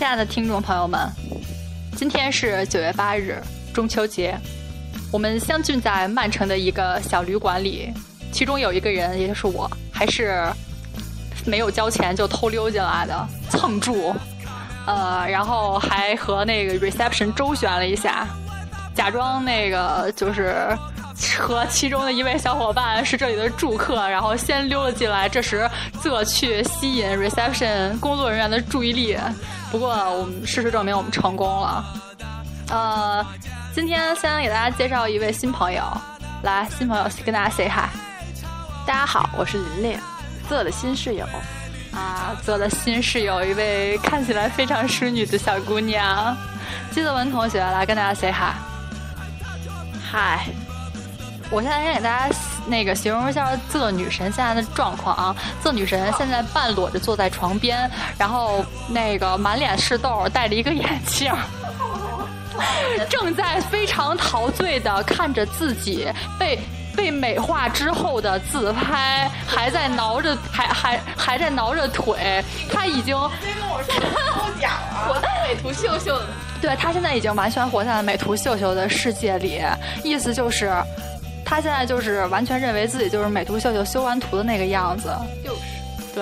亲爱的听众朋友们，今天是9月8日，中秋节，我们相聚在曼城的一个小旅馆里，其中有一个人，也就是我，还是没有交钱就偷溜进来的，蹭住，然后还和那个 reception 周旋了一下，假装那个就是和其中的一位小伙伴是这里的住客，然后先溜了进来，这时自去吸引 reception 工作人员的注意力。不过我们事实证明我们成功了。今天先给大家介绍一位新朋友，来，新朋友跟大家 say hi。 大家好，我是琳琳，泽的新室友。 泽的新室友，一位看起来非常淑女的小姑娘，季泽文同学，来跟大家 say hi。 嗨。 我现在先给大家那个形容一下泽女神现在的状况啊。泽女神现在半裸着坐在床边，然后那个满脸是痘，戴着一个眼镜，正在非常陶醉的看着自己被美化之后的自拍，还在挠着还在挠着腿。他已经别跟我说抽奖啊！活在美图秀秀的。 对，他现在已经完全活在了美图秀秀的世界里，意思就是他现在就是完全认为自己就是美图秀秀修完图的那个样子。 就是对。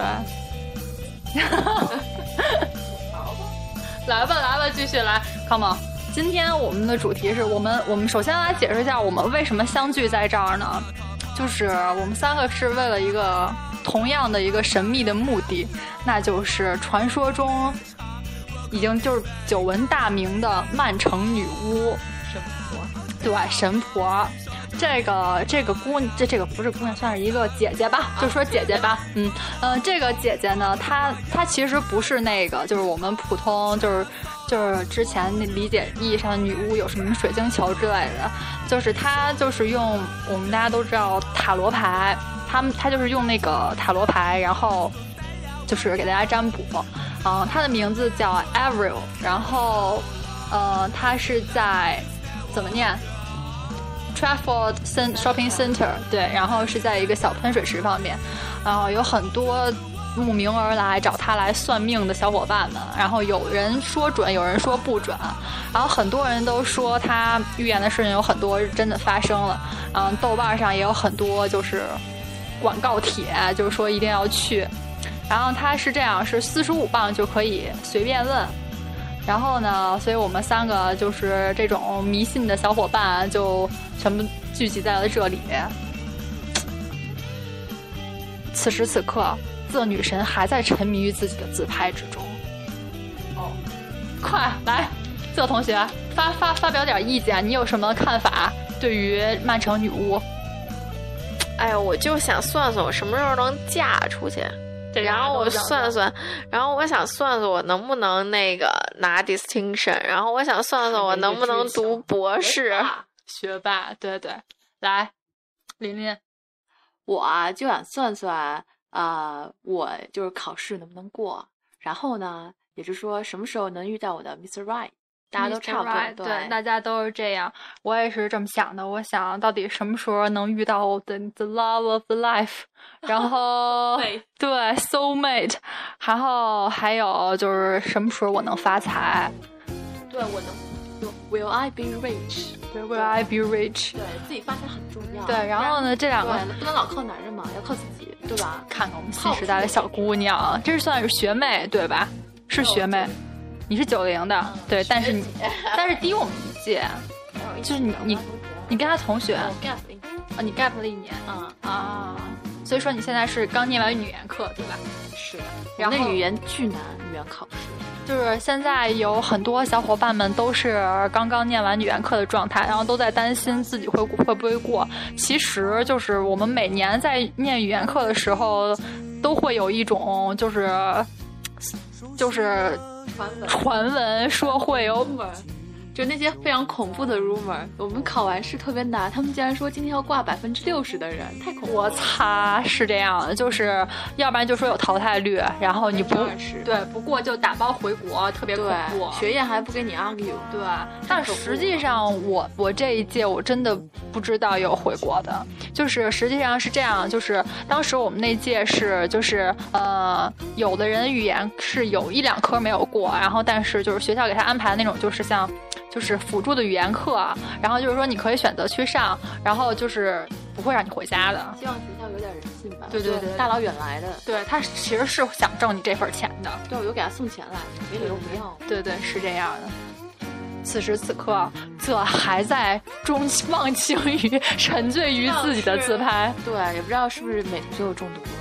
来吧，继续来 ，come on。今天我们的主题是我们首先来解释一下我们为什么相聚在这儿呢？就是我们三个是为了一个同样的一个神秘的目的，那就是传说中已经就是久闻大名的曼城女巫神婆。 对，神婆。这个这个不是姑娘，算是一个姐姐吧，就说姐姐吧。这个姐姐呢，她其实不是那个，就是我们普通就是之前理解意义上的女巫有什么水晶球之类的，就是她就是用我们大家都知道塔罗牌，她就是用那个塔罗牌，然后就是给大家占卜。她的名字叫 Avril， 然后她是在怎么念？Trafford Shopping Center， 对，然后是在一个小喷水池旁边，然后有很多慕名而来找他来算命的小伙伴们，然后有人说准，有人说不准，然后很多人都说他预言的事情有很多真的发生了，豆瓣上也有很多就是广告帖，就是说一定要去，然后他是这样，是45磅就可以随便问。然后呢，所以我们三个就是这种迷信的小伙伴就全部聚集在了这里。此时此刻，泽女神还在沉迷于自己的自拍之中。快来，泽同学发表点意见，你有什么看法？对于曼城女巫？ 哎呀，我就想算算我什么时候能嫁出去。然后我算算，然后我想算算我能不能那个拿 distinction， 然后我想算算我能不能读博士。 学霸，对，来，琳琳， 我就想算算我就是考试能不能过，然后呢，也就是说什么时候能遇到我的 Mr. Right。大家都差不多， 对，大家都是这样。我也是这么想的。我想到底什么时候能遇到the love of the life， 然后对 soul mate， 然后还有就是什么时候我能发财？ 对，我能 Will I be rich？ 对 ，Will I be rich？ 对自己发财很重要。 对，然后呢，这两个不能老靠男人嘛，要靠自己，对吧？ 看看我们新时代的小姑娘，这算是学妹对吧？是学妹。你是90的，对，但是低我们一届，就是你跟他同学，你 gap 了1年，所以说你现在是刚念完语言课，对吧？ 是， 然后那语言巨难，语言考试。 就是现在有很多小伙伴们都是刚刚念完语言课的状态，然后都在担心自己会不会过。其实就是我们每年在念语言课的时候，都会有一种就是传闻说会有就那些非常恐怖的 rumor。我们考完试特别难，他们竟然说今天要挂60%的人，太恐怖了。 我擦，是这样的，就是要不然就说有淘汰率，然后你不过就打包回国，特别恐怖， 学院还不跟你 argue。 对，但实际上我这一届我真的不知道有回国的，就是实际上是这样，就是当时我们那届是就是有的人语言是有1-2科没有过，然后但是就是学校给他安排的那种就是像就是辅助的语言课，然后就是说你可以选择去上，然后就是不会让你回家的。 希望学校有点人性吧。 对对对， 大老远来的， 对他其实是想挣你这份钱的。 对，我就给他送钱来，没理由不要。 对对，是这样的。此时此刻，这还在忘情于沉醉于自己的自拍。 对，也不知道是不是美图秀秀中毒了。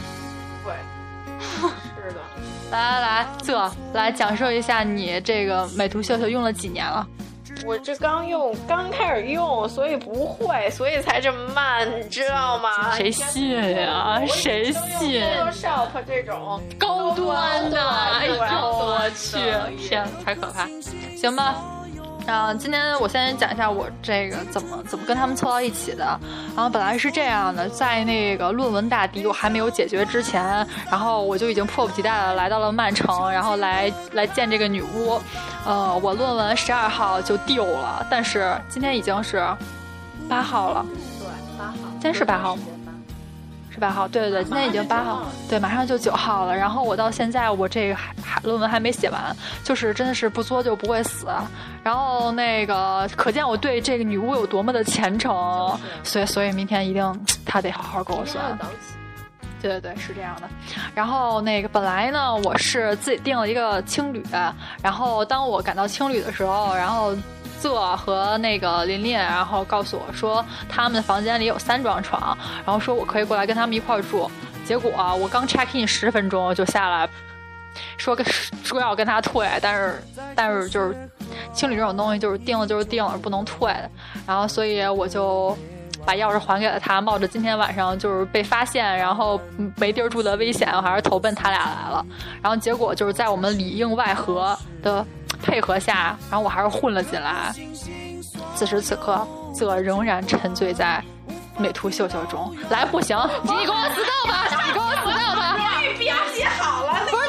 对，是的。 来，来讲述一下你这个美图秀秀用了几年了？ 我这刚开始用，所以不会，所以才这么慢，你知道吗？ 谁信呀？谁信 ？Photoshop 这种高端的，哎呦我去，天，太可怕！行吧。今天我先讲一下我这个怎么跟他们凑到一起的。然后本来是这样的，在那个论文大敌我还没有解决之前，然后我就已经迫不及待的来到了曼城，然后来见这个女巫。我论文12号就丢了，但是今天已经是8号了。 对，8号。 今天是8号吗？是8号，对对对，今天已经8号，对，马上就9号了。然后我到现在我这个论文还没写完，就是真的是不作就不会死。然后那个可见我对这个女巫有多么的虔诚，所以明天一定她得好好给我算。对对对，是这样的。然后那个本来呢，我是自己订了一个青旅，然后当我赶到青旅的时候，然后和那个琳琳，然后告诉我说他们的房间里有3张床，然后说我可以过来跟他们一块儿住。结果我刚 check in 10分钟就下来，说要跟他退，但是就是青旅这种东西就是定了就是定了，不能退的。然后所以我就把钥匙还给了他，冒着今天晚上就是被发现然后没地儿住的危险，我还是投奔他俩来了。然后结果就是在我们里应外合的配合下，然后我还是混了进来。此时此刻，这仍然沉醉在美图秀秀中。来，不行，你给我死掉吧！你给我死掉吧！ 你别写好了， 不是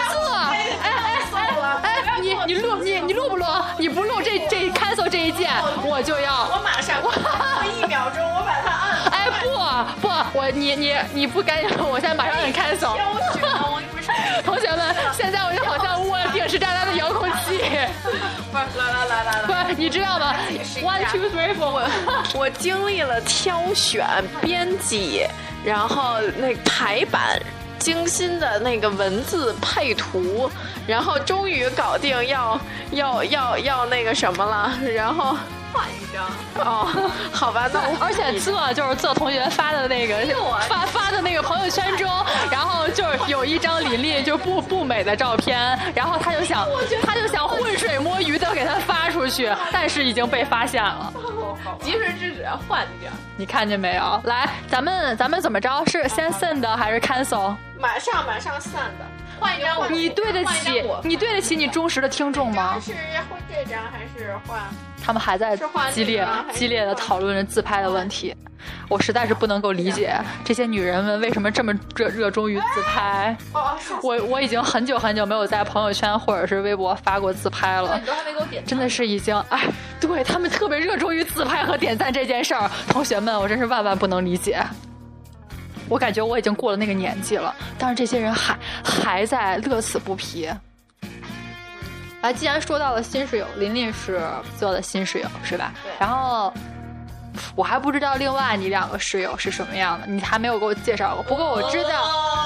你录不录？你不录这 cancel 这一键，我就要。 我马上1秒钟，我把它按。 哎不，你不赶紧，我现在马上给你 cancel。同学们，现在我就好像握定时炸弹的遥控器。 不是，来， 不是，你知道吗 ？1 2 3 4， 我经历了挑选、编辑，然后那排版。精心的那个文字配图，然后终于搞定要那个什么了，然后换一张哦，好吧，那而且就是同学发的那个发的那个朋友圈中，然后就是有一张琳琳就不美的照片，然后他就想浑水摸鱼的给他发出去，但是已经被发现了。 及时制止，换掉。 你看见没有？来，咱们怎么着？是先 send 还是 cancel？ 马上 send。换一张， 你对得起你忠实的听众吗？ 是换这张还是换？ 他们还在激烈的讨论着自拍的问题，我实在是不能够理解这些女人们为什么这么热衷于自拍。我已经很久没有在朋友圈或者是微博发过自拍了，真的是已经对他们特别热衷于自拍和点赞这件事儿，同学们，我真是万万不能理解。我感觉我已经过了那个年纪了，但是这些人还在乐此不疲。来，既然说到了新室友，琳琳是做的新室友是吧？ 对。 然后我还不知道另外你2个室友是什么样的，你还没有给我介绍过。不过我知道，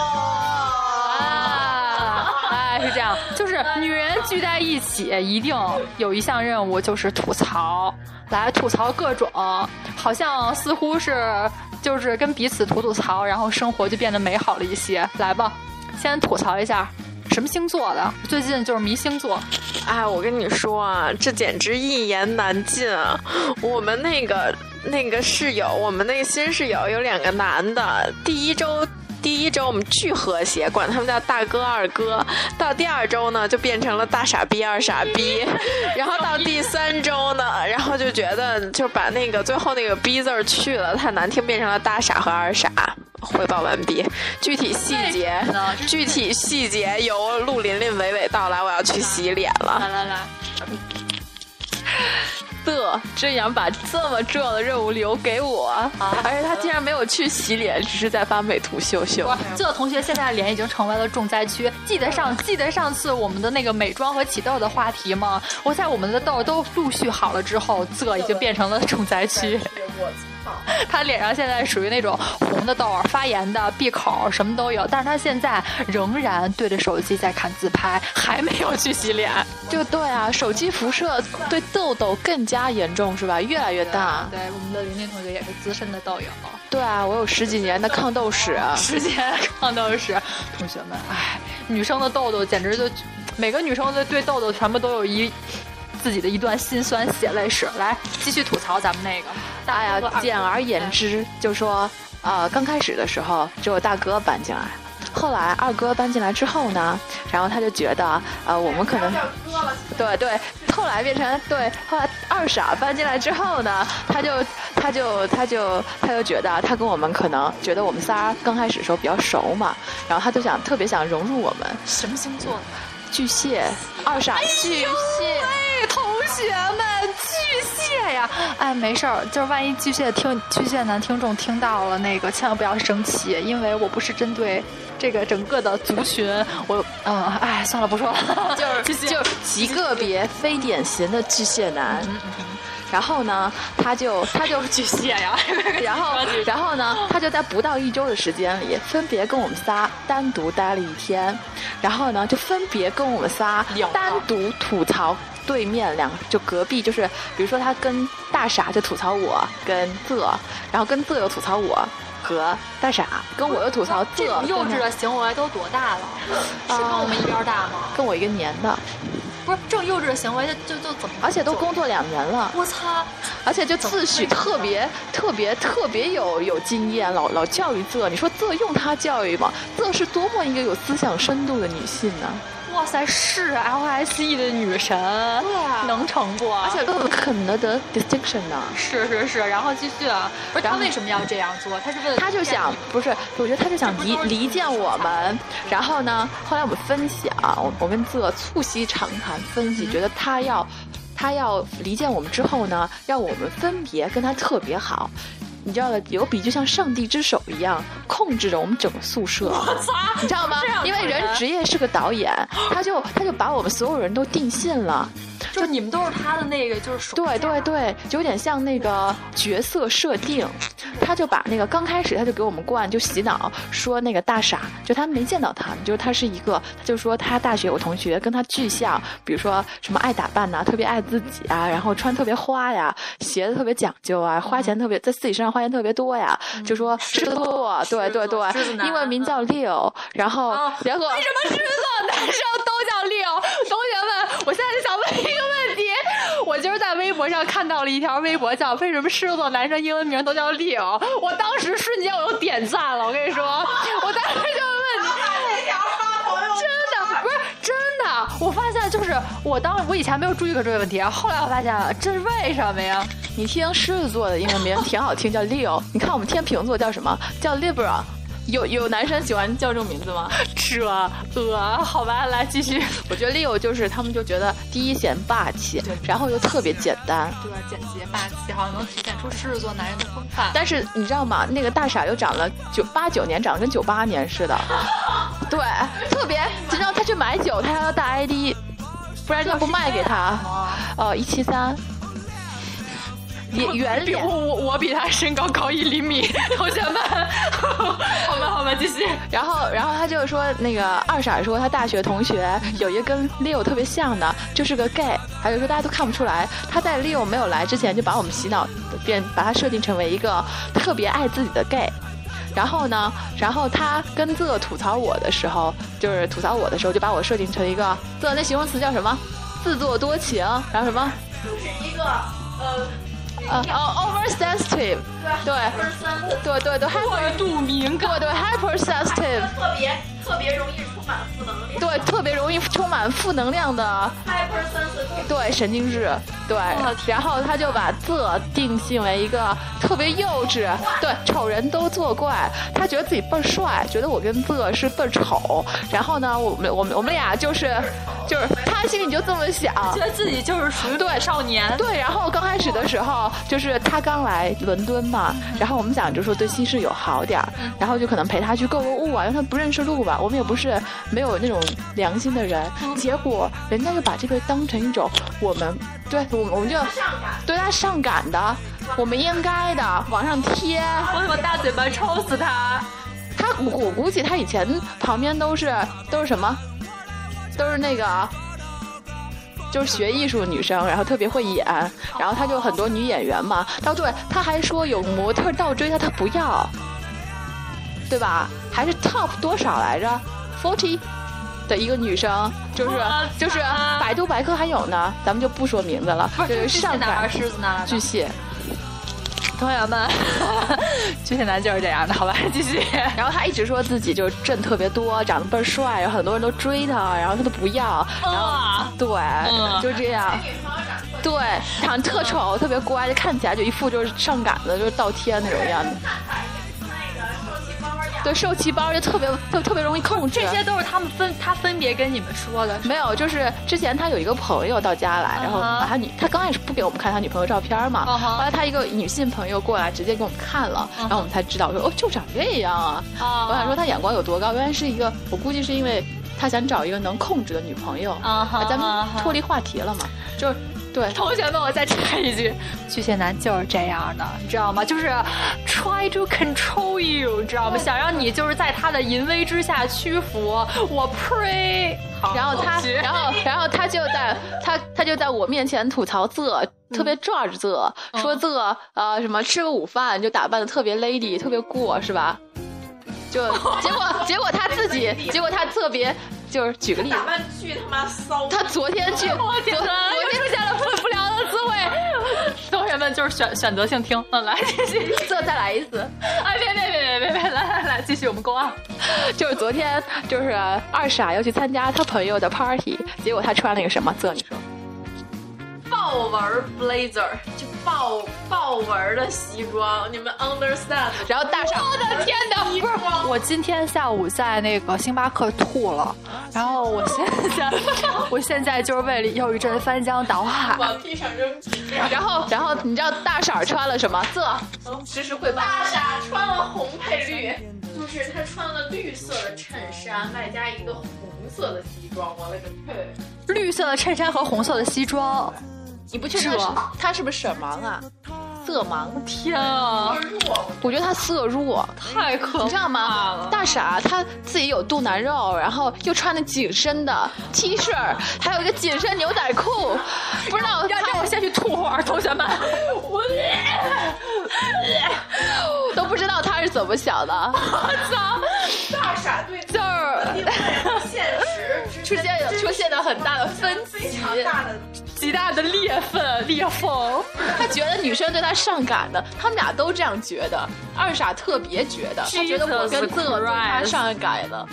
是这样，就是女人聚在一起，一定有一项任务就是吐槽，来吐槽各种，好像似乎是就是跟彼此吐槽，然后生活就变得美好了一些。来吧，先吐槽一下。什么星座的？最近就是迷星座。 哎，我跟你说啊，这简直一言难尽啊！我们那个室友，我们那个新室友有2个男的，第一第一周我们巨和谐，管他们叫大哥二哥。到第2周呢，就变成了大傻逼二傻逼。然后到第3周呢，然后就觉得就把那个最后那个逼字去了，太难听，变成了大傻和二傻。汇报完毕，具体细节由陆琳琳娓娓道来。我要去洗脸了。 来。 这样把这么重要的任务留给我，而且他竟然没有去洗脸，只是在发美图秀秀。 这同学现在的脸已经成为了重灾区。记得上次我们的那个美妆和起痘的话题吗？我在我们的痘都陆续好了之后，这已经变成了重灾区。他脸上现在属于那种红的痘、发炎的、闭口什么都有，但是他现在仍然对着手机在看自拍，还没有去洗脸。 就对啊，手机辐射对痘痘更加严重是吧？越来越大。 对，我们的琳琳同学也是资深的痘友。 对啊，我有10几年的抗痘史。 10几年抗痘史，同学们，女生的痘痘简直就每个女生对痘痘全部都有自己的一段辛酸血泪史。来，继续吐槽咱们那个。 简而言之，就说刚开始的时候只有大哥搬进来，后来二哥搬进来之后呢，然后他就觉得我们可能对，后来变成后来二傻搬进来之后呢，他就觉得他跟我们可能觉得我们仨刚开始的时候比较熟嘛，然后他就特别想融入我们。 什么星座？ 巨蟹，二傻巨蟹。 同学们，巨蟹呀！没事儿，就是万一巨蟹男听众听到了那个，千万不要生气，因为我不是针对这个整个的族群，算了，不说了， 就是极个别非典型的巨蟹男。然后呢，他就巨蟹呀， 然后呢，他就在不到1周的时间里，分别跟我们仨单独待了1天，然后呢，就分别跟我们仨单独吐槽对面就隔壁，就是比如说他跟大傻就吐槽我跟仄，然后跟仄又吐槽我和大傻，跟我又吐槽仄。 这种幼稚的行为都多大了？是跟我们一边大吗？ 跟我1个年的。 不是这种幼稚的行为，就怎么？ 而且都工作2年了， 我操！ 而且就自诩特别有经验，老教育仄。你说仄用他教育吗？仄是多么一个有思想深度的女性呢？ 哇塞，是 LSE 的女神， 对啊， 能成不？ 而且更肯得 distinction 呢。 是，然后继续啊。不是他为什么要这样做？他是为了他就想不是，我觉得他就想离间我们。然后呢，后来我们分析我跟仄促膝长谈分析，觉得他要离间我们之后呢，让我们分别跟他特别好。你知道的，有笔就像上帝之手一样控制着我们整个宿舍，你知道吗？因为人职业是个导演，他就把我们所有人都定性了。 就你们都是他的那个，就是手对，就有点像那个角色设定。他就把那个刚开始他就给我们灌就洗脑，说那个大傻，就他没见到他，就是他是一个，他就说他大学有同学跟他巨像，比如说什么爱打扮呐，特别爱自己啊，然后穿特别花呀，鞋子特别讲究啊，花钱特别在自己身上花钱特别多呀，就说狮子座，对，英文名叫Leo，然后联合为什么狮子座男生都叫Leo？同学们，我现在就想问一个问题，我今儿在微博上看到了一条微博，叫为什么狮子座男生英文名都叫Leo？我当时瞬间我就点赞了，我跟你说，我当时就问你，真的不是真的，我发现就是我以前没有注意过这个问题，后来我发现了，这是为什么呀？ 你听狮子座的英文名挺好听，叫 Leo。你看我们天秤座叫什么？叫 Libra。有男生喜欢叫这种名字吗？ 好吧，来继续。 我觉得 Leo 就是他们就觉得第一显霸气，然后又特别简单， 对，简洁霸气，好像能体现出狮子座男人的风范。 但是你知道吗？那个大傻又长了89年，长得跟98年似的，对，特别。你知道他去买酒，他要大 ID， 不然就不卖给他。173。圆脸， 我比他身高高1厘米，同学们，好吧，继续。 然后他就说那个二傻说他大学同学有一个跟 Leo 特别像的，就是个 gay， 还有说大家都看不出来，他在 Leo 没有来之前就把我们洗脑，把他设定成为一个特别爱自己的 gay。然后呢，他跟仄吐槽我的时候，就把我设定成一个仄，那形容词叫什么？自作多情，然后什么？ 就是一个 oversensitive， 对过度敏感， 对 hypersensitive， 特别容易充满负能量， 对，特别容易充满负能量的 hypersensitive， 对，神经质，对，然后他就把这定性为一个特别幼稚，对，丑人都作怪，他觉得自己倍儿帅，觉得我跟这是倍儿丑，然后呢，我们俩就是他心里就这么想， 觉得自己就是属于对少年， 对，然后刚开始的时候就是他刚来伦敦嘛，然后我们想就说对新室友好点儿，然后就可能陪他去购物啊，因为他不认识路吧，我们也不是没有那种良心的人，结果人家就把这个当成一种我们就对他上赶的，我们应该的往上贴， 我怎么大嘴巴抽死他？ 我估计他以前旁边都是什么，都是那个。就是学艺术的女生，然后特别会演，然后她就很多女演员嘛。然后对，她还说有模特倒追她，她不要，对吧？还是 top 多少来着 ？40 的一个女生，就是百度百科还有呢，咱们就不说名字了。就是上赶狮子男巨蟹。 同学们，巨蟹男就是这样的，好吧？继续。 然后他一直说自己就挣特别多，长得倍儿帅，然后很多人都追他，然后他都不要。然后对，就这样。对，长得特丑，特别乖，就看起来就一副就是上赶的，就是倒贴那种样子。对，受气包就特别容易控制。 这些都是他分别跟你们说的。 没有，就是之前他有一个朋友到家来，然后把他刚开始不给我们看他女朋友照片嘛，后来他一个女性朋友过来直接给我们看了，然后我们才知道说就长这样啊。我想说他眼光有多高，原来是一个，我估计是因为他想找一个能控制的女朋友。咱们脱离话题了嘛，就是。对， 同学们，我再插一句，巨蟹男就是这样的，你知道吗？就是 try to control you， 你知道吗？想让你就是在他的淫威之下屈服。我 pray， 然后他就在我面前吐槽这。特别抓着这说这什么吃个午饭就打扮的特别 lady 特别过是吧？就结果他特别就是举个例子， 打扮巨他妈骚。 他昨天出现了不良的滋味。 同学们就是选择性听，来继续， 再来一次。 哎，别，来继续，我们go on。 就是昨天就是二傻要去参加他朋友的 party， 结果他穿了一个什么？这你说？ 豹纹 blazer， 就豹纹的西装，你们 understand？ 然后大傻， 我的天哪！不是，我今天下午在那个星巴克吐了，然后我现在就是胃里又一阵翻江倒海， 往地上扔纸。 然后你知道大傻穿了什么？知识汇报。 大傻穿了红配绿，就是他穿了绿色的衬衫，外加一个红色的西装。我勒个去！ 绿色的衬衫和红色的西装。 你不确定他是不是色盲啊？色盲， 天啊！ 我觉得他色弱， 太可怕了， 你知道吗？大傻他自己有肚腩肉，然后又穿的紧身的 T 恤，还有一个紧身牛仔裤，不知道让我先去吐会儿，同学们，我都不知道他是怎么想的。 我操！ 大傻对就是现实出现了很大的分歧， 非常大的。 极大的裂缝， 他觉得女生对他上赶的，他们俩都这样觉得。二傻特别觉得，他觉得我跟这对他上赶的。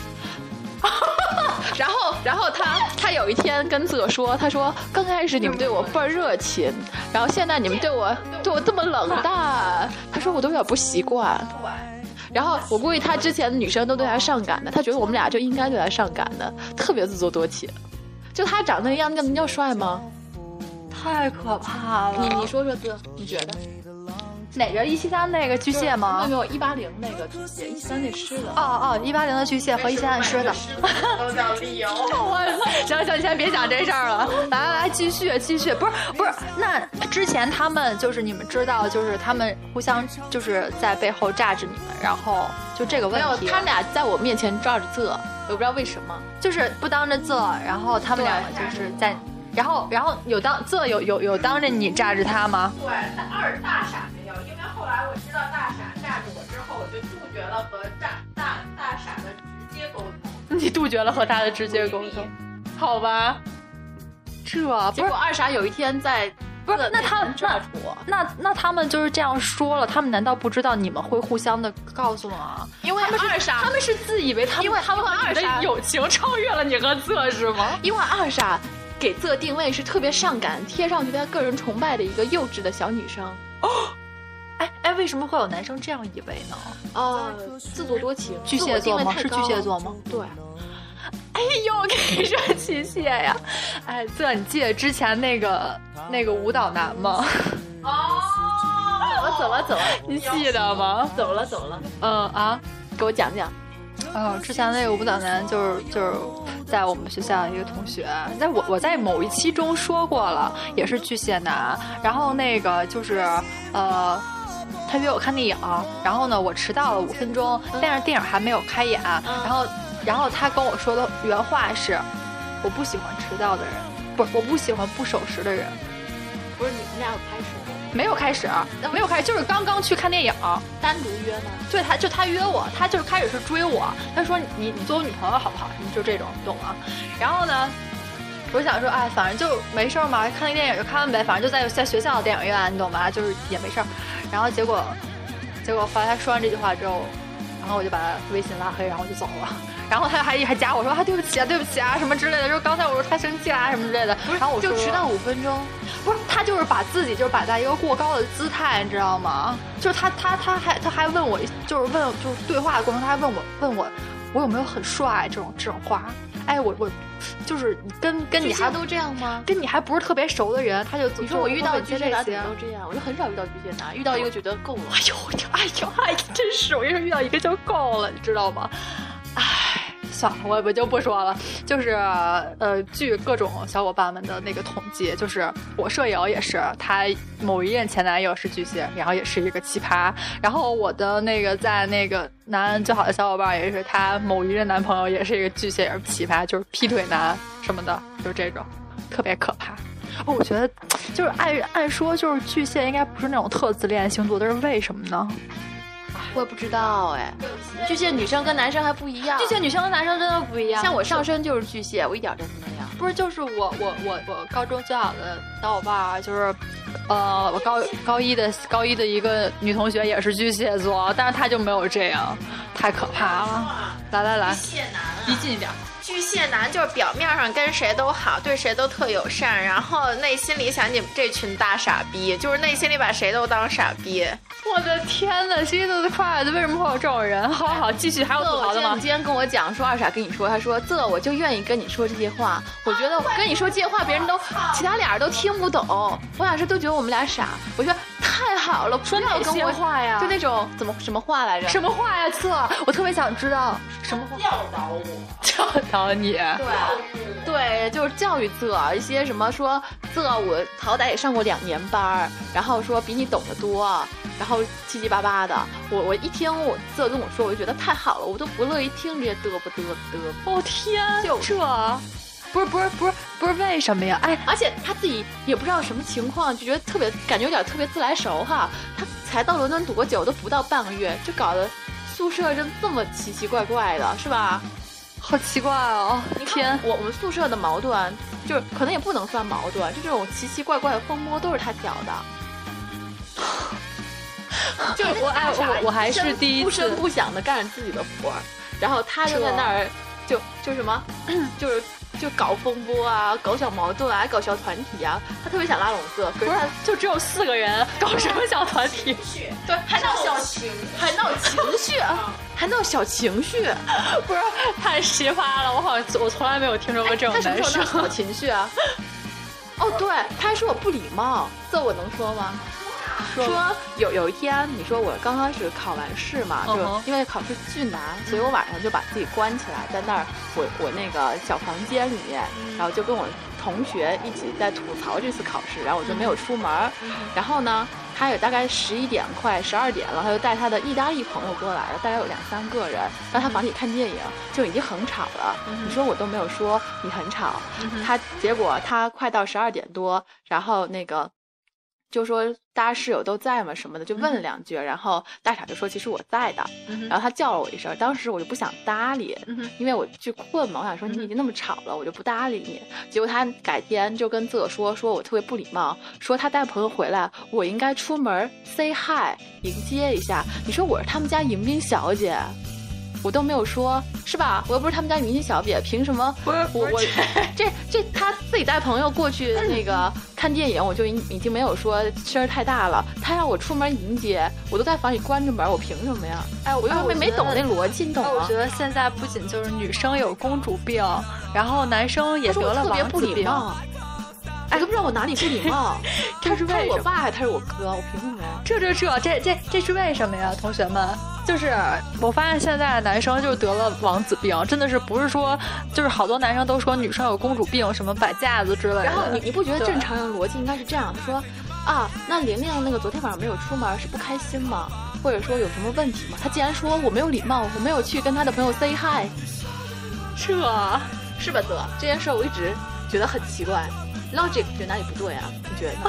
然后他有一天跟自个说，他说刚开始你们对我倍儿热情，然后现在你们对我这么冷淡，他说我都有点不习惯。然后我估计他之前的女生都对他上赶的，他觉得我们俩就应该对他上赶的，特别自作多情。就他长那样，那能叫帅吗？ 太可怕了！ 你说说这，你觉得哪个173那个巨蟹吗？ 没有180那个巨蟹，173那狮子。 哦，180的巨蟹和173的狮子都叫理由。 行，先别讲这事儿了。来，继续。不是，那之前他们就是你们知道，就是他们互相就是在背后炸着你们，然后就这个问题。 没有，他们俩在我面前抓着这，我不知道为什么， 就是不当着这，然后他们两个就是在。然后有当着你炸着他吗？ 对，但大傻没有，因为后来我知道大傻炸着我之后，我就杜绝了和大傻的直接沟通。 你杜绝了和他的直接沟通，好吧？ 结果二傻有一天在不是，那他们抓住那他们就是这样说了，他们难道不知道你们会互相的告诉吗？ 因为二傻， 他们是自以为他们二傻的友情超越了你和仄是吗？ 因为二傻给仄定位是特别上赶，贴上去他个人崇拜的一个幼稚的小女生。 哦，哎，为什么会有男生这样以为呢？ 自作多情， 巨蟹座吗？是巨蟹座吗？ 对。 哎呦，我跟你说巨蟹呀！哎，仄，你记得之前那个舞蹈男吗？ 怎么？ 你记得吗？ 怎么了？给我讲讲。 之前那个舞蹈男就是在我们学校一个同学，我在某一期中说过了，也是巨蟹男。然后那个就是他约我看电影，然后呢我迟到了5分钟，但是电影还没有开演，然后他跟我说的原话是，我不喜欢迟到的人，不是，我不喜欢不守时的人。 不是你们俩有开始吗？ 没有开始，就是刚刚去看电影， 单独约呢？ 对，他约我，他就是开始是追我，他说你做我女朋友好不好？就这种，懂吗？然后呢，我想说，哎，反正就没事嘛，看那电影就看呗，反正就在学校的电影院，你懂吗？就是也没事儿。然后结果后来他说完这句话之后，然后我就把他微信拉黑，然后我就走了。然后他还加我说对不起啊什么之类的，说刚才我说太生气啦什么之类的。然后我说就迟到5分钟， 不是他就是把自己就是摆在一个过高的姿态，你知道吗？就是他还问我，就是对话的过程，他还问我有没有很帅这种话。哎，我就是跟你还都这样吗？ 跟你还不是特别熟的人，他就你说我遇到巨蟹男怎么都这样？我就很少遇到巨蟹男，遇到一个觉得够了。 哎呦，真是我跟你说遇到一个就够了，你知道吗？哎，算了，我就不说了。就是据各种小伙伴们的那个统计，就是我舍友也是，他某一任前男友是巨蟹，然后也是一个奇葩。然后我的那个在那个男人最好的小伙伴也是，他某一任男朋友也是一个巨蟹，也是奇葩，就是劈腿男什么的，就是这种特别可怕。我觉得就是按说就是巨蟹应该不是那种特自恋星座，但是为什么呢？ 我也不知道哎，巨蟹女生跟男生还不一样， 巨蟹女生跟男生真的不一样。 像我上身就是巨蟹，我一点都不那样。 不是，就是我高中最好的小伙伴就是，我高一的一个女同学也是巨蟹座，但是她就没有这样，太可怕了。来， 巨蟹男离近一点。 巨蟹男就是表面上跟谁都好，对谁都特友善，然后内心里想你们这群大傻逼，就是内心里把谁都当傻逼。 我的天哪，星座的快乐，为什么会有这种人？好，继续，还有吐槽的吗？ 你今天跟我讲说二傻跟你说，他说我就愿意跟你说这些话，我觉得我跟你说这些话，别人都其他俩人都听不懂，我俩是都觉得我们俩傻，我觉得太好了， 说哪些话呀？ 就那种什么话来着？ 什么话呀？我特别想知道什么话。教导你。 对，就是教育一些什么说我好歹也上过2年班，然后说比你懂得多，然后七七八八的。我一听我跟我说，我就觉得太好了，我都不乐意听这些嘚啵。 哦天，就这。不是为什么呀？哎， 而且他自己也不知道什么情况，就觉得感觉有点特别自来熟哈。他才到伦敦多久，都不到半个月，就搞得宿舍真这么奇奇怪怪的，是吧？ 好奇怪哦！天， 我们宿舍的矛盾就是可能也不能算矛盾，就这种奇奇怪怪的风波都是他挑的。就是我还是第一次不声不响的干着自己的活儿，然后他就在那儿就什么就搞风波啊，搞小矛盾啊，搞小团体啊，他特别想拉拢嘖，可是他就只有4个人，搞什么小团体？ 对，还闹情绪，还闹小情绪， 不是太奇葩了，我从来没有听说过这种男生。 小情绪啊！哦，对，他还说我不礼貌，这我能说吗？说有一天，你说我刚开始考完试嘛，就因为考试巨难，所以我晚上就把自己关起来，在那儿我那个小房间里面，然后就跟我同学一起在吐槽这次考试，然后我就没有出门。然后呢，他有大概11点快12点了，他就带他的意大利朋友过来了，大概有2、3个人，到他房里看电影，就已经很吵了。你说我都没有说你很吵，结果他快到12点多，然后那个就说大家室友都在吗什么的，就问了2句，然后大傻就说其实我在的，然后他叫了我一声，当时我就不想搭理，因为我就困嘛，我想说你已经那么吵了，我就不搭理你。结果他改天就跟自个说我特别不礼貌，说他带朋友回来，我应该出门 say hi 迎接一下。你说我是他们家迎宾小姐，我都没有说，是吧？我又不是他们家迎宾小姐，凭什么？我这他自己带朋友过去那个看电影，我就已经没有说声太大了。他让我出门迎接，我都在房里关着门，我凭什么呀？哎，我又没懂那逻辑，你懂吗？ 我觉得现在不仅就是女生有公主病，然后男生也得了王子病。 哎，都不知道我哪里不礼貌。 这是为什么？ 他是我爸还是他是我哥？我凭什么呀？ 这是为什么呀，同学们？就是我发现现在的男生就得了王子病，真的是不是说就是好多男生都说女生有公主病，什么摆架子之类的。 然后你不觉得正常人逻辑应该是这样说啊？那玲玲那个昨天晚上没有出门是不开心吗？或者说有什么问题吗？他既然说我没有礼貌，我没有去跟他的朋友 say hi， 是吧泽？这件事我一直觉得很奇怪。Logic 觉得哪里不对啊？你觉得？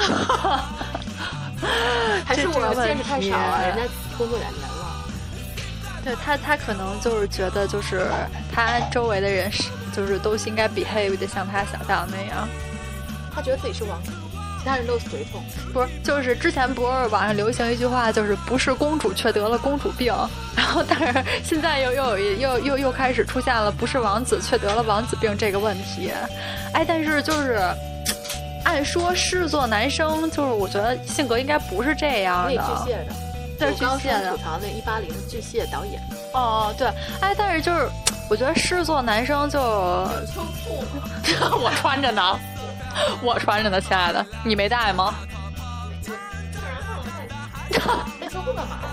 还是我见识太少了？人家工作2年了。 对他可能就是觉得，就是他周围的人就是都应该 behave 的像他想象那样。 他觉得自己是王子，其他人都是随从。 不是，就是之前不是网上流行一句话，就是不是公主却得了公主病，然后但是现在又开始出现了不是王子却得了王子病这个问题。哎，但是就是。按说狮子座男生就是我觉得性格应该不是这样的。 那巨蟹的， 这是巨蟹的。 吐槽那180巨蟹导演。 哦，对，哎，但是就是我觉得狮子座男生就秋裤， 我穿着呢，亲爱的，你没带吗？ 那秋裤干嘛？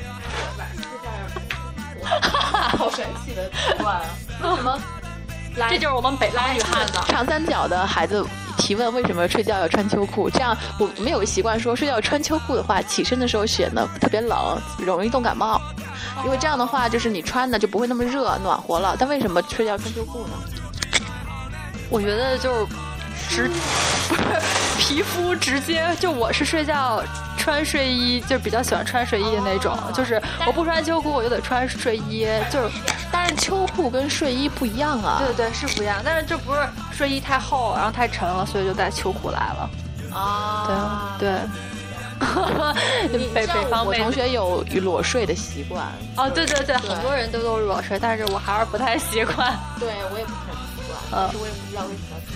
好神奇的习惯啊！为什么？ 这就是我们北方女汉子。 长三角的孩子提问为什么睡觉要穿秋裤，这样我们有个习惯说睡觉穿秋裤的话，起身的时候显得特别冷，容易冻感冒。因为这样的话，就是你穿的就不会那么热，暖和了。但为什么睡觉穿秋裤呢？ 我觉得就是皮肤直接就我是睡觉穿睡衣，就比较喜欢穿睡衣的那种，就是我不穿秋裤我就得穿睡衣，就是但是秋裤跟睡衣不一样啊。 对，是不一样，但是这不是睡衣太厚然后太沉了，所以就带秋裤来了。 啊， 对。北方我同学有裸睡的习惯。 哦，对，很多人都裸睡，但是我还是不太习惯。 对，我也不是很习惯，但是我也不知道为什么。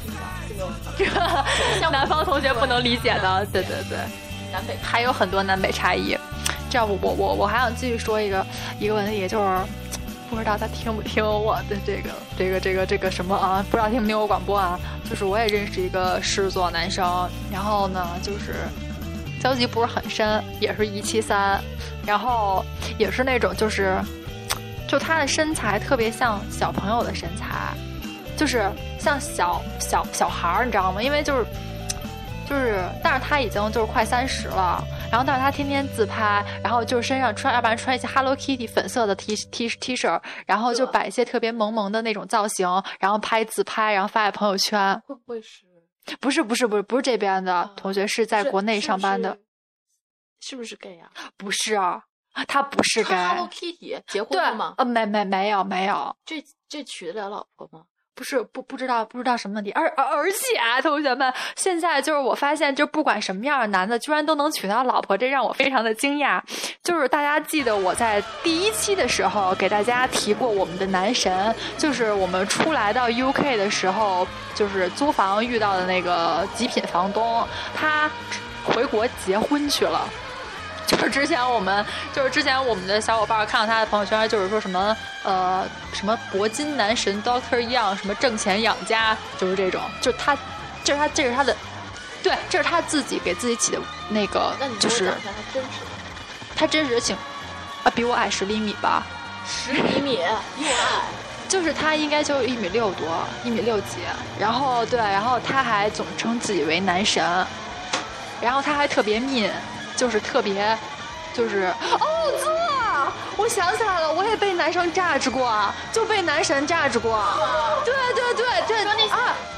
这南方同学不能理解的，对， 南北还有很多南北差异。这样我还想继续说一个问题，就是不知道他听不听我的这个什么啊？不知道听不听我广播啊？就是我也认识一个狮子座男生，然后呢，就是交集不是很深，也是173，然后也是那种就他的身材特别像小朋友的身材。就是像小孩儿，你知道吗？因为就是，但是他已经就是快30了，然后但是他天天自拍，然后就是身上要不然穿一些 Hello Kitty 粉色的 T 恤，然后就摆一些特别萌萌的那种造型，然后自拍，然后发在朋友圈。 会不会是？ 不是这边的同学，是在国内上班的。 是不是 gay 啊？ 不是，他不是 gay。 Hello Kitty 结婚了吗？ 没有。 这娶得了老婆吗？ 不是不知道什么问题，而且啊，同学们，现在就是我发现，就不管什么样的男的，居然都能娶到老婆，这让我非常的惊讶。就是大家记得我在第1期的时候给大家提过我们的男神，就是我们初来到 UK 的时候，就是租房遇到的那个极品房东，他回国结婚去了。就是之前我们的小伙伴看到他的朋友圈，就是说什么铂金男神 Dr. Young 什么挣钱养家，就是这种，就是他，这是他的，对，这是他自己给自己起的那个，就是他真实的情啊，比我矮10厘米吧 ，10厘米又矮， 就是他应该就1.6米多，1.6米几，然后对，然后他还总称自己为男神，然后他还特别mean。就是特别，就是我想起来了，我也被男生榨着过，就被男神榨着过。对啊，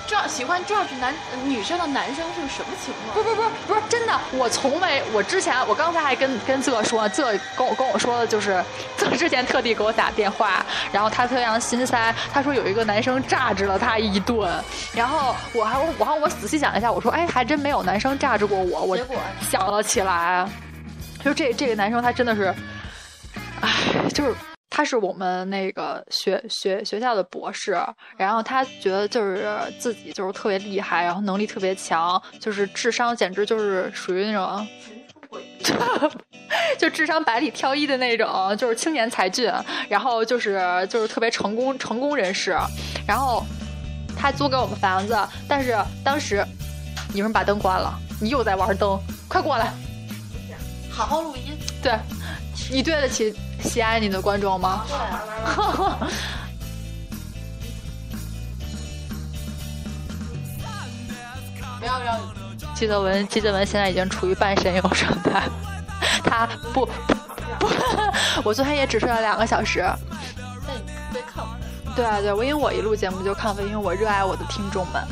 喜欢 George 女生的男生是什么情况？ 不是真的，我刚才还跟这说，这跟我说的就是这之前特地给我打电话，然后他非常心塞，他说有一个男生榨汁了他一顿，然后我仔细想一下，我说哎，还真没有男生榨汁过我，我想了起来，就这个男生他真的是，哎，就是。他是我们那个学校的博士，然后他觉得就是自己就是特别厉害，然后能力特别强，就是智商简直就是属于那种就智商百里挑一的那种，就是青年才俊，然后就是特别成功人士，然后他租给我们房子，但是当时你们把灯关了，你又在玩灯，快过来， 好好录音。 对，你对得起西安你的观众吗？ 不要让季泽文现在已经处于半神游状态，他不，我昨天也只睡了2个小时。 那你特别亢奋？对，因为我一录节目就亢奋，因为我热爱我的听众们。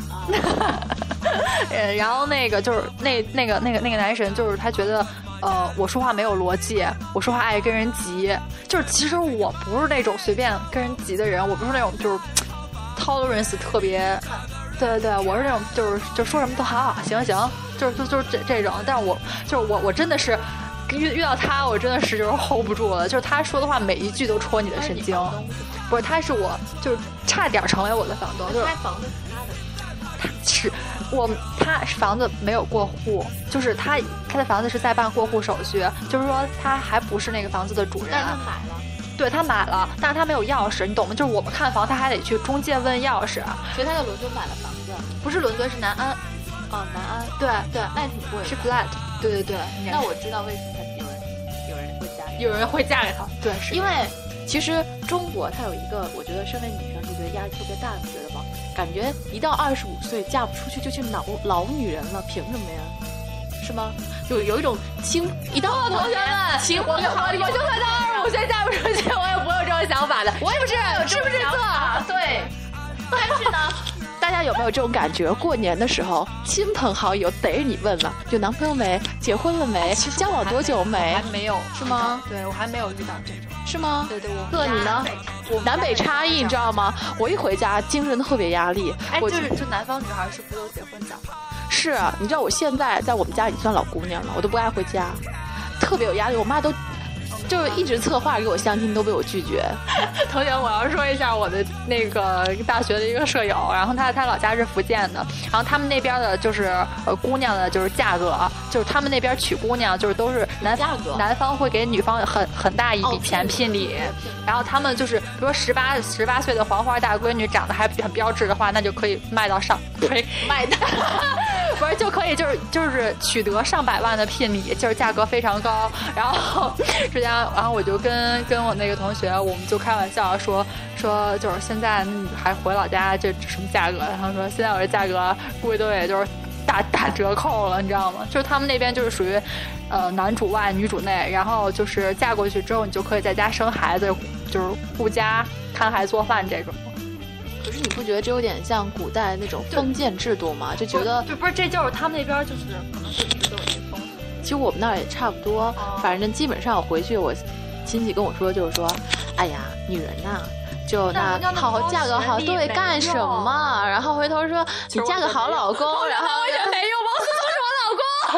然后那个就是那个男神，就是他觉得。我说话没有逻辑，我说话爱跟人急，就是其实我不是那种随便跟人急的人，我不是那种就是tolerance特别，对，我是那种就说什么都好行，就是这种，但是我真的是遇到他，我真的是就是 hold 不住了，就是他说的话每一句都戳你的神经，不是，他是我就是差点成为我的房东，就是开房子是他房子没有过户，就是他的房子是在办过户手续，就是说他还不是那个房子的主人。 但是他买了， 对他买了，但是他没有钥匙，你懂吗？就是我们看房，他还得去中介问钥匙。 所以他在伦敦买了房子， 不是伦敦，是南安。 哦，南安， 对， 那也挺贵的。 是 flat， 对。 那我知道为什么有人会嫁给他，对，是因为其实中国它有一个，我觉得身为女生就觉得压力特别大，你觉得吗？感觉一到25岁嫁不出去就去老女人了，凭什么呀？是吗？有一种一到同学们，我就算到25岁嫁不出去，我也不会有这种想法的。 我也不是， 是不是这？ 对。但是呢，大家有没有这种感觉？过年的时候，亲朋好友逮着你问了，有男朋友没？结婚了没？交往多久没？ 还没有， 是吗？ 对，我还没有遇到这种。 是吗？ 对， 哥你呢？南北差异你知道吗？我一回家精神特别压力。 哎，就南方女孩是不是都结婚早？ 是，你知道我现在在我们家已经算老姑娘了，我都不爱回家，特别有压力。我妈都就是一直策划给我相亲，都被我拒绝。 同学，我要说一下我的那个大学的一个舍友，然后他老家是福建的，然后他们那边的就是姑娘的就是价格，就是他们那边娶姑娘就是都是男方会给女方很大一笔钱聘礼，然后他们就是比如说18岁的黄花大闺女长得还很标致的话，那就可以卖到卖的。不是就可以就是取得上百万的聘礼，就是价格非常高。然后之前，然后我就跟我那个同学，我们就开玩笑说就是现在还回老家这什么价格？然后说现在我这价格估计都也就是打折扣了，你知道吗？就是他们那边就是属于男主外女主内，然后就是嫁过去之后，你就可以在家生孩子，就是顾家看孩子做饭这种。 可是你不觉得这有点像古代那种封建制度吗？就觉得不是，这就是他们那边就是可能就一直都有这风俗。 其实我们那儿也差不多，反正基本上我回去，我亲戚跟我说就是说，哎呀，女人呐、就那好好嫁个好，对，干什么？然后回头说你嫁个好老公，然后完全没用。王思聪是我老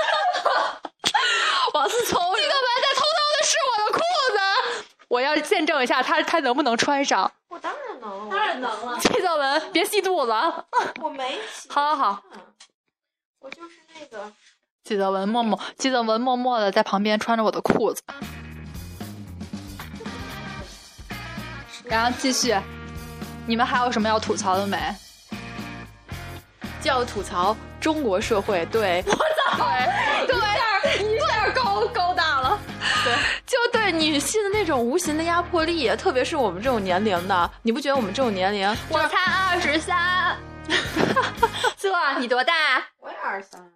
公，王思聪，这个门在偷的是我的裤子，我要见证一下他能不能穿上。 我当然能了， 当然能了。 季泽文，别吸肚子。 我没吸。 好， 我就是那个。 季泽文默默的在旁边穿着我的裤子。然后继续，你们还有什么要吐槽的没？ 就要吐槽中国社会对， 我操，对，一下高大了， 对，就对女性的那种无形的压迫力，特别是我们这种年龄的，你不觉得我们这种年龄？ 我才23，这你多大？ 我也23。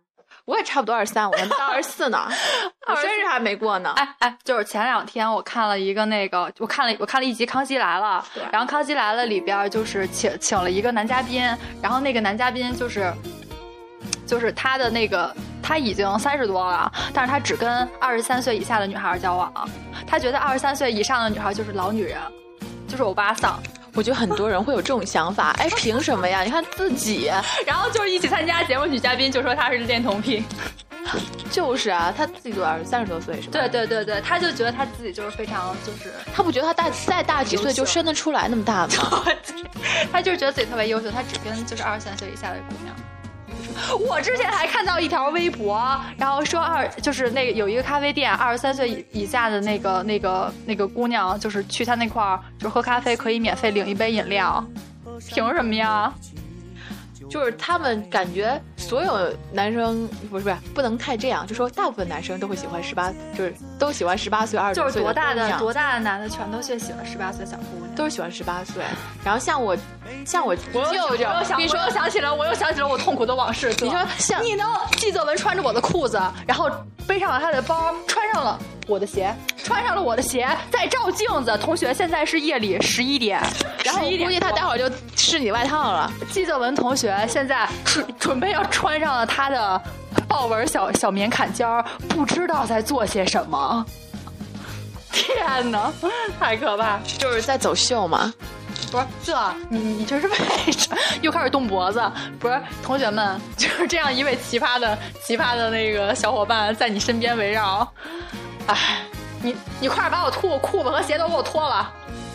我也差不多23，我还没到24呢，我生日还没过呢。 就是前2天我看了一个我看了一集《康熙来了》，然后《康熙来了》里边就是请了一个男嘉宾，然后那个男嘉宾就是他的他已经30多了，但是他只跟23岁以下的女孩交往，他觉得23岁以上的女孩就是老女人，就是欧巴桑。 我觉得很多人会有这种想法，哎，凭什么呀？你看自己， 然后就是一起参加节目女嘉宾就说他是恋童癖， 就是啊，他自己多30多岁是吧？ 对，他就觉得他自己就是非常他不觉得他再大几岁就生得出来那么大吗？ 他就是觉得自己特别优秀，他只跟就是23岁以下的姑娘。我之前还看到一条微博，然后说就是有一个咖啡店，23岁以下的那个姑娘，就是去他那块儿就喝咖啡可以免费领一杯饮料，凭什么呀？ 就是他们感觉所有男生不能太这样，就说大部分男生都会喜欢就是都喜欢18岁、20岁的姑娘， 就是多大的男的全都喜欢18岁小姑娘， 都是喜欢18岁。然后像我我又想起了我痛苦的往事。 你说像你呢？季泽文穿着我的裤子，然后背上了他的包，穿上了我的鞋，再照镜子。同学，现在是夜里11点， 然后估计他待会儿就试你外套了。 季泽文同学现在准备要穿上了他的豹纹小棉坎肩儿，不知道在做些什么。天哪，太可怕！ 就是在走秀嘛。 不是你这是为什么又开始动脖子？不是，同学们，就是这样一位奇葩的那个小伙伴在你身边围绕。哎，你快点把我裤子和鞋都给我脱了，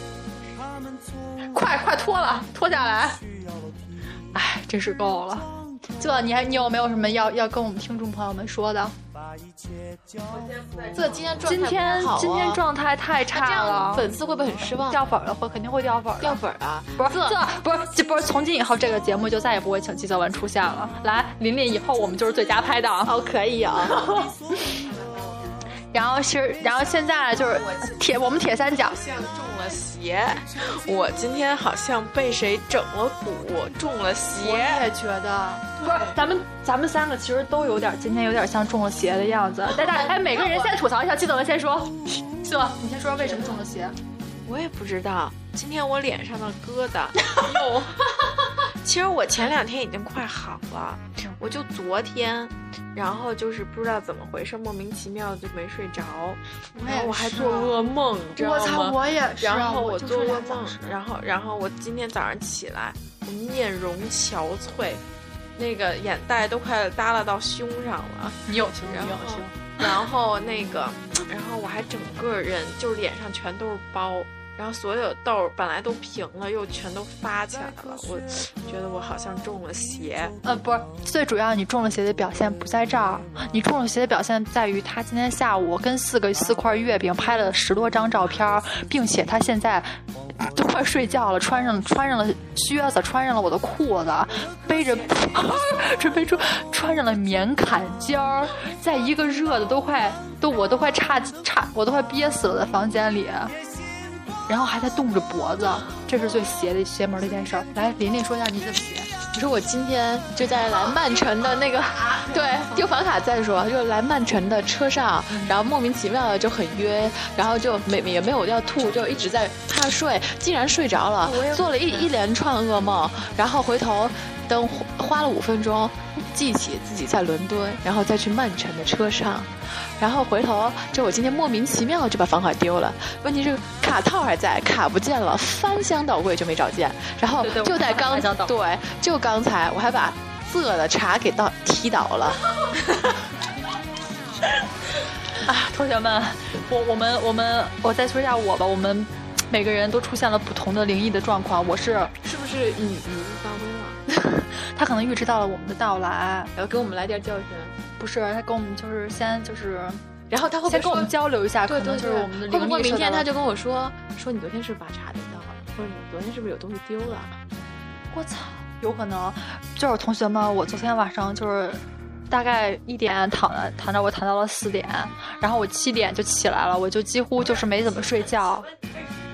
快脱了，脱下来。哎，真是够了。你有没有什么要跟我们听众朋友们说的？今天状态太差了， 粉丝会不会很失望？ 掉粉了，肯定会掉粉。 掉粉啊！ 不是，从今以后这个节目就再也不会请季泽文出现了。来，琳琳，以后我们就是最佳拍档。 哦，可以啊。 然后现在就是我们铁三角像中了邪，我今天好像被谁整了蛊，中了邪。 我也觉得，不是咱们3个其实都今天有点像中了邪的样子。大家每个人先吐槽一下，季泽文先说，季泽，你先说为什么中了邪？ 我也不知道，今天我脸上的疙瘩又，其实我前2天已经快好了，我就昨天。然后就是不知道怎么回事，莫名其妙的就没睡着，然后我还做噩梦，你知道吗？ 我操，我也是。 然后我做噩梦，然后我今天早上起来，我面容憔悴，那个眼袋都快耷拉到胸上了。 你有胸， 然后我还整个人就脸上全都是包。然后所有痘本来都平了，又全都发起来了。我觉得我好像中了邪。 不是，最主要你中了邪的表现不在这儿，你中了邪的表现在于他今天下午跟4块月饼拍了10多张照片，并且他现在都快睡觉了，穿上了靴子，穿上了我的裤子，背着准备穿上了棉坎肩儿，在一个热的我都快憋死了的房间里。然后还在冻着脖子，这是最邪门的一件事儿。来，琳琳说一下你怎么邪。 你说我今天就在来曼城的那个，对，丢房卡再说，就来曼城的车上，然后莫名其妙的就很约，然后就也没有要吐，就一直在怕睡，竟然睡着了，做了一连串噩梦，然后回头等花了5分钟记起自己在伦敦，然后再去曼城的车上。然后回头，我今天莫名其妙就把房卡丢了。问题是卡套还在，卡不见了，翻箱倒柜就没找见。然后就在刚才，我还把色的茶给踢倒了。 啊，同学们，我再说一下我吧。我们每个人都出现了不同的灵异的状况。我是不是女巫发威了？ 他可能预知到了我们的到来， 要给我们来点教训。 不是，他跟我们然后他会先跟我们交流一下，可能就是我们的灵异。 会不会明天他就跟我说你昨天是不是把茶丢到了，或者你昨天是不是有东西丢了？ 我操，有可能。就是同学们，我昨天晚上就是大概1点躺着，我躺到了4点，然后我7点就起来了，我就几乎就是没怎么睡觉。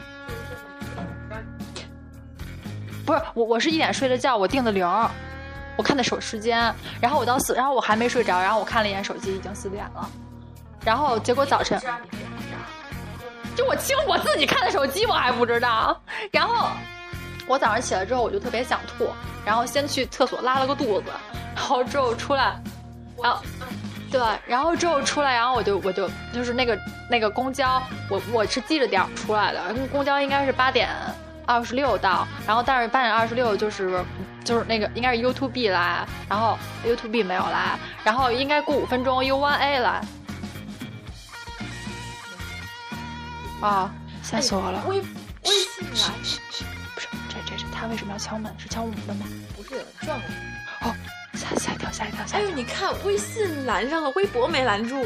不是我是1点睡的觉，我定的铃。 我看的时间，然后我还没睡着，然后我看了一眼手机，已经4点了，然后结果早晨，就我自己看的手机，我还不知道，然后我早上起来之后我就特别想吐，然后先去厕所拉了个肚子，然后之后出来，然后。对，然后之后出来，然后我就是那个公交，我是记着点出来的，公交应该是8点26到，然后但是8点26就是那个应该是 U2B 来，然后 U2B 没有来，然后应该过5分钟 U1A 来。啊，吓死我了！ 微信来， 不是这他为什么要敲门？是敲我们的吗？ 不是有人撞我。 哦。吓一跳！ 哎呦，你看微信拦上了，微博没拦住。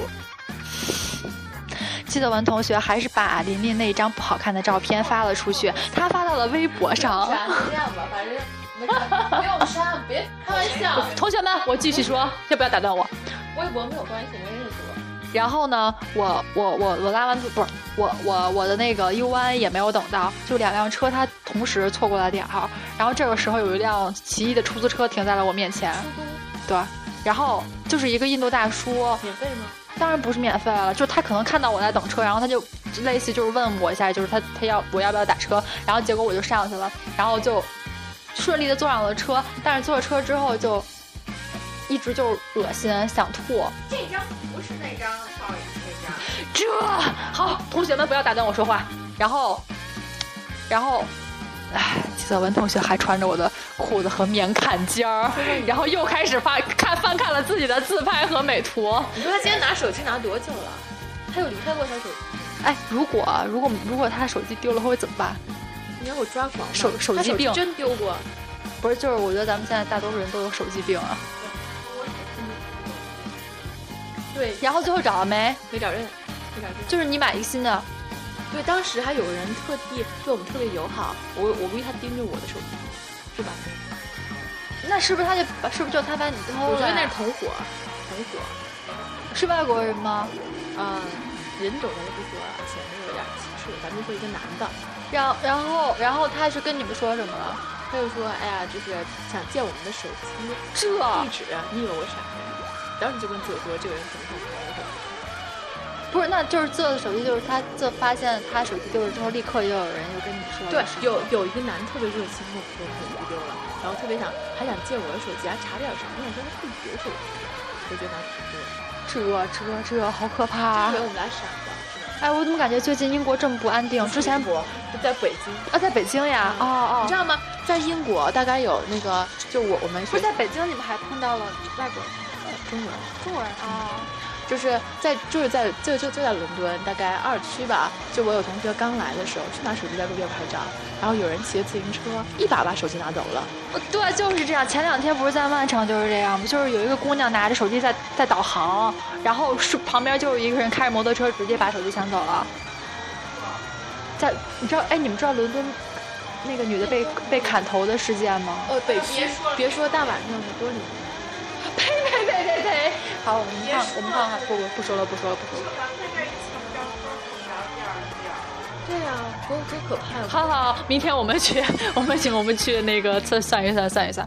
季泽文同学还是把琳琳那一张不好看的照片发了出去，他发到了微博上。 这样吧，反正不用删，别开玩笑。 同学们，我继续说，先不要打断我。 微博没有关系，没人认识我。 然后呢，我拉完不是我的那个 U1 也没有等到，就2辆车它同时错过了点儿，然后这个时候有一辆奇异的出租车停在了我面前，对，然后就是一个印度大叔。 免费吗？ 当然不是免费了，就他可能看到我在等车，然后他就类似就是问我一下，就是我要不要打车，然后结果我就上去了，然后就顺利的坐上了车，但是坐了车之后就一直就恶心想吐。 这张不是那张少爷那张。 这好，同学们不要打断我说话。然后，季泽文同学还穿着我的裤子和棉坎肩儿，然后又开始翻看了自己的自拍和美图。 你说他今天拿手机拿多久了？他有离开过他手机？ 哎，如果他手机丢了会怎么办？ 你让我抓狂吗？ 手机病真丢过？ 不是，就是我觉得咱们现在大多数人都有手机病啊。 对， 然后最后找了没？ 没找认。 就是你买一个新的。 对，当时还有人特地对我们特别友好，我估计他盯着我的手机，是吧？ 那是不是就他把你偷了？ 我觉得那是同伙， 是外国人吗？ 人种咱就不说了，显得有点歧视。咱们就说一个男的， 然后他是跟你们说什么了？ 他就说，哎呀，就是想借我们的手机地址，你以为我傻呀？然后你就跟自己说，这个人可能是朋友。 不是，那就是这手机，就是他发现他手机丢了之后，立刻就有人就跟你说。 对，有一个男特别热心跟我说手机丢了，然后特别还想借我的手机，还查点什么呀？说他自己的手机，我觉得这好可怕！ 这回我们俩闪的。 哎，我怎么感觉最近英国这么不安定？之前在北京啊，在北京呀！ 你知道吗？在英国大概有那个，就我们不是在北京，你们还碰到了外国人？ 中文啊。就是在伦敦，大概2区吧。就我有同学刚来的时候，去拿手机在路边拍照，然后有人骑着自行车，一把手机拿走了。 对，就是这样。前2天不是在曼城就是这样吗？就是有一个姑娘拿着手机在导航，然后旁边就有一个人开着摩托车直接把手机抢走了。你们知道伦敦那个女的被砍头的事件吗？ 北区，别说大晚上的多里。 呸！好，我们看看，不说了。 对呀，多可怕呀！ 好，明天我们去那个算一算。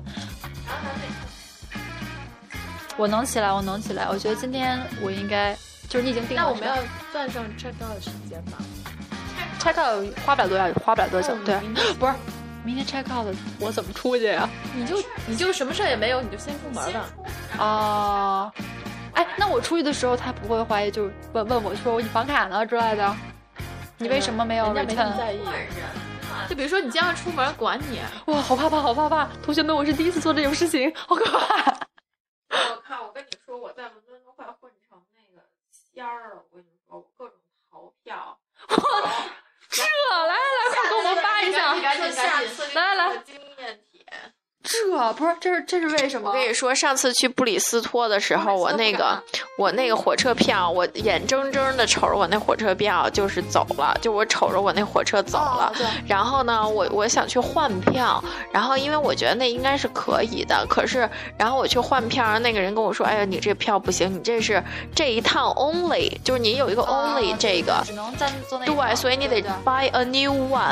我能起来。我觉得今天我应该就是你已经定了。 那我们要算上check out的时间吧 ？check out 花不了多久，对，不是。明天 check out 的，我怎么出去呀？ 你就什么事也没有，你就先出门吧。 哎，那我出去的时候，他不会怀疑，就问我说你房卡呢之类的，你为什么没有 return？ 人家没那么在意。就比如说你今天出门管你， 哇，好怕！同学们，我是第一次做这种事情，好可怕！ 我跟你说，我在伦敦都快混成那个仙儿了。我跟你说，我各种逃票。 来，快给我们发一下！来， 经验帖。 这是为什么？ 我跟你说，上次去布里斯托的时候，我那个火车票，我眼睁睁的瞅着我那火车票就是走了，就我瞅着我那火车走了。然后呢，我想去换票，然后因为我觉得那应该是可以的，可是然后我去换票，那个人跟我说，哎呀，你这票不行，你这一趟 only， 就是你有一个 only 这个， 只能坐那。 对，所以你得 buy a new one。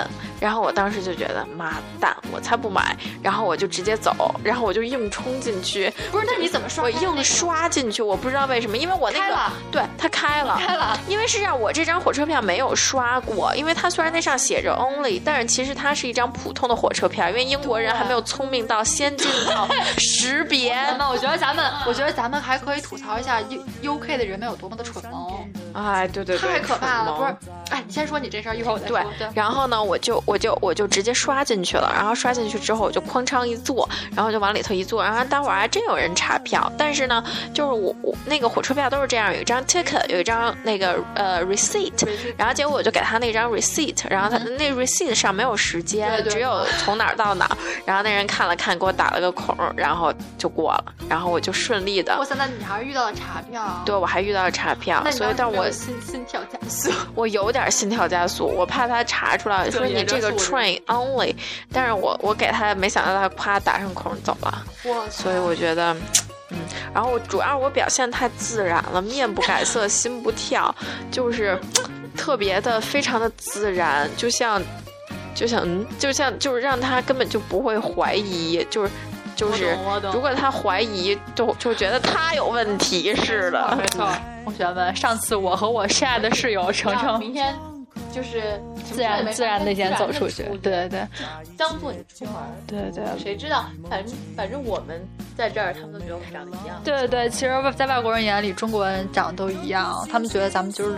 然后我当时就觉得妈蛋，我才不买，然后我就直接走，然后我就硬冲进去。 不是，那你怎么刷？ 我硬刷进去，我不知道为什么，因为我那个对它开了，因为是让我这张火车票没有刷过，因为它虽然那上写着 only， 但是其实它是一张普通的火车票，因为英国人还没有聪明到先进到识别。 那我觉得咱们还可以吐槽一下 UK 的人们有多么的蠢萌。 哎，对对对， 太可怕了！不是，哎，你先说你这事儿，一会儿我再说。 对，然后呢，我就直接刷进去了，然后刷进去之后，我就哐当一坐，然后就往里头一坐，然后待会儿还真有人查票，但是呢，就是我那个火车票都是这样，有一张 ticket， 有一张那个receipt， 然后结果我就给他那张 receipt， 然后他那 receipt 上没有时间，只有从哪儿到哪儿，然后那人看了看，给我打了个孔，然后就过了，然后我就顺利的。 哇塞，那你还是遇到了查票？ 对，我还遇到了查票，所以但我心跳加速， 我有点心跳加速，我怕他查出来说你这个 train only， 但是我给他，没想到他夸打上孔走了，所以我觉得，然后主要我表现太自然了，面不改色心不跳，就是特别的非常的自然，就像就是让他根本就不会怀疑，就是如果他怀疑就觉得他有问题似的。 没错，同学们，上次我和我深爱的室友程程， 明天就是自然的先走出去，对对对， 当做你出门， 对对， 谁知道，反正我们在这儿，他们都觉得我们长得一样。 对对，其实在外国人眼里，中国人长得都一样，他们觉得咱们就是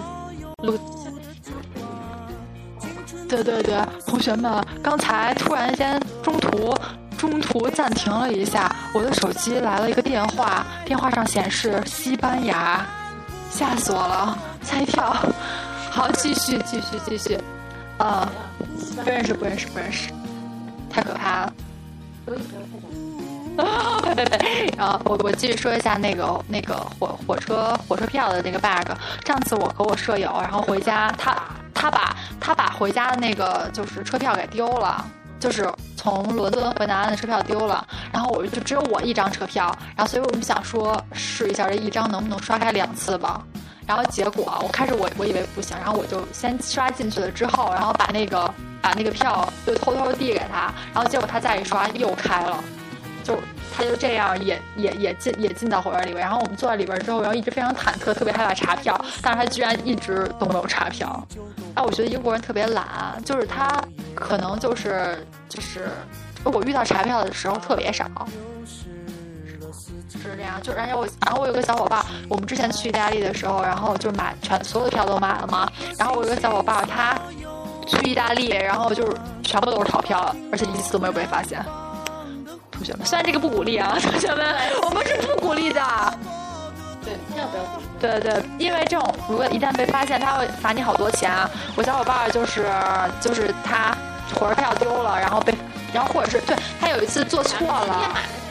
对对对，同学们，刚才突然间中途暂停了一下，我的手机来了一个电话，电话上显示西班牙，吓死我了，吓一跳。好，继续，不认识，太可怕了。对，然后我继续说一下那个火车票的那个 bug。上次我和我舍友，然后回家，他把回家的那个就是车票给丢了，就是从伦敦回南安的车票丢了，然后我就只有我一张车票，然后所以我们想说试一下这一张能不能刷开2次吧。然后结果我以为不行，然后我就先刷进去了，之后然后把那个票就偷偷递给他，然后结果他再一刷又开了，他就这样也进到火车里边，然后我们坐在里边之后，然后一直非常忐忑，特别害怕查票，但是他居然一直都没有查票。我觉得英国人特别懒，就是他可能就是我遇到查票的时候特别少。是这样，然后我有个小伙伴，我们之前去意大利的时候，然后就所有的票都买了嘛。然后我有个小伙伴，他去意大利，然后就是全部都是逃票，而且一次都没有被发现。同学们，虽然这个不鼓励啊，同学们，我们是不鼓励的。 对，千万不要鼓励。对对，因为这种如果一旦被发现，他会罚你好多钱啊。我小伙伴就是他火车票丢了，然后或者是对他有一次坐错了。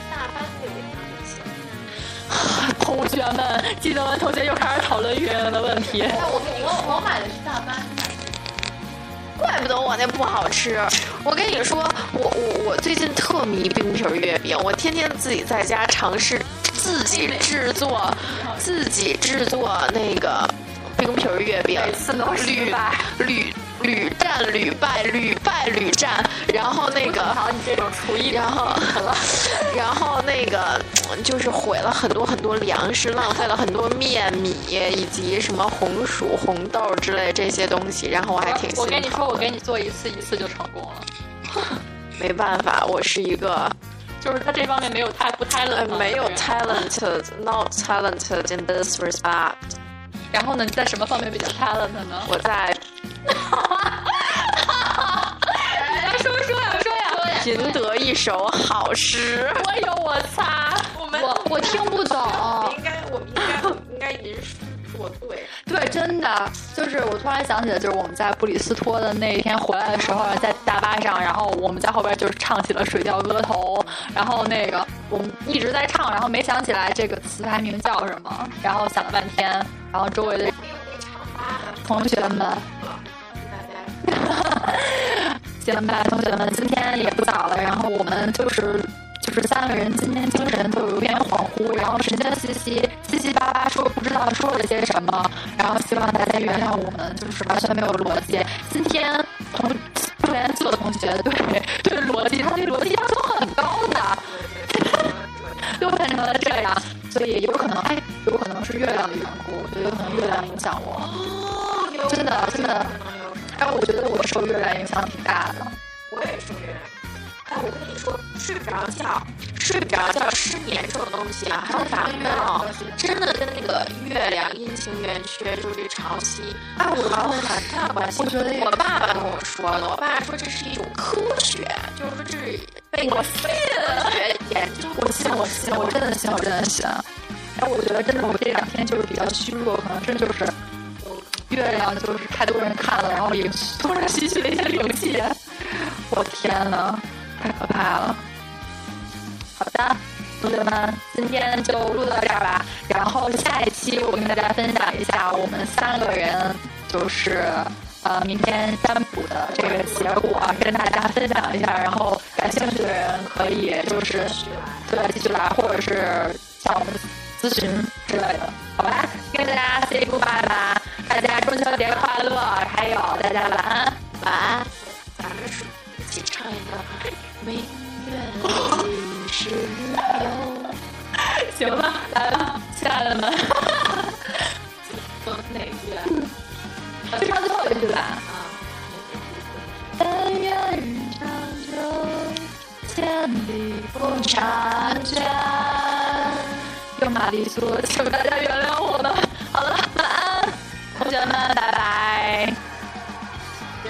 同学们，记得们同学又开始讨论运营的问题。 我买的是大巴， 怪不得我那不好吃。我跟你说，我最近特迷冰皮月饼，我天天自己在家尝试自己制作那个冰皮月饼， 每次都失败， 屡战屡败，屡败屡战，然后那个， 你这种厨艺， 然后那个就是毁了很多粮食，浪费了很多面米以及什么红薯、红豆之类这些东西，然后我还挺心疼。 我跟你说，我给你做一次就成功了。 没办法，我是一个， 就是他这方面没有talent， 没有 talent，not talented in this respect。 然后呢，你在什么方面比较 talent 呢？ 我在。 来说呀！ 吟得一首好诗。 我擦！我听不懂。 我们应该吟诗作对。 对，真的就是我突然想起来，就是我们在布里斯托的那一天回来的时候，在大巴上，然后我们在后边就是唱起了《水调歌头》，然后那个我们一直在唱，然后没想起来这个词牌名叫什么，然后想了半天，然后周围的同学们。行吧，同学们，今天也不早了，然后我们就是3个人今天精神都有点恍惚，然后神经兮兮巴巴说不知道说了些什么，然后希望大家原谅我们，就是完全没有逻辑。今天严肃的同学，对逻辑，他对逻辑要求很高的，就变成了这样。所以有可能是月亮的缘故，我觉得有可能月亮影响我。真的，哎，我觉得我受月亮影响挺大的。 我也受月亮。哎，我跟你说，睡不着觉，失眠这种东西啊，还有打月亮，真的跟那个月亮阴晴圆缺，就是潮汐，我觉得很大关系。我觉得我爸爸跟我说的，我爸说这是一种科学，就是说这是被科学研究。 我信，我真的信。哎，我觉得真的，我这2天就是比较虚弱，可能真就是月亮就是太多人看了，然后突然吸取了一些灵气。我天哪！太可怕了。好的，同学们，今天就录到这儿吧。然后下一期我跟大家分享一下我们3个人就是明天占卜的这个结果，跟大家分享一下。然后感兴趣的人可以就是继续来，或者是向我们咨询之类的，好吧？跟大家 say goodbye 吧，大家中秋节快乐，还有大家晚安， 晚安。咱们一起唱一个明月几时有。 行吧，来吧，亲爱的们。 哪句？ 就唱最后一句吧。但愿日长久，千里共婵娟。用玛丽苏，请大家原谅我们。好了，晚安，同学们，拜拜。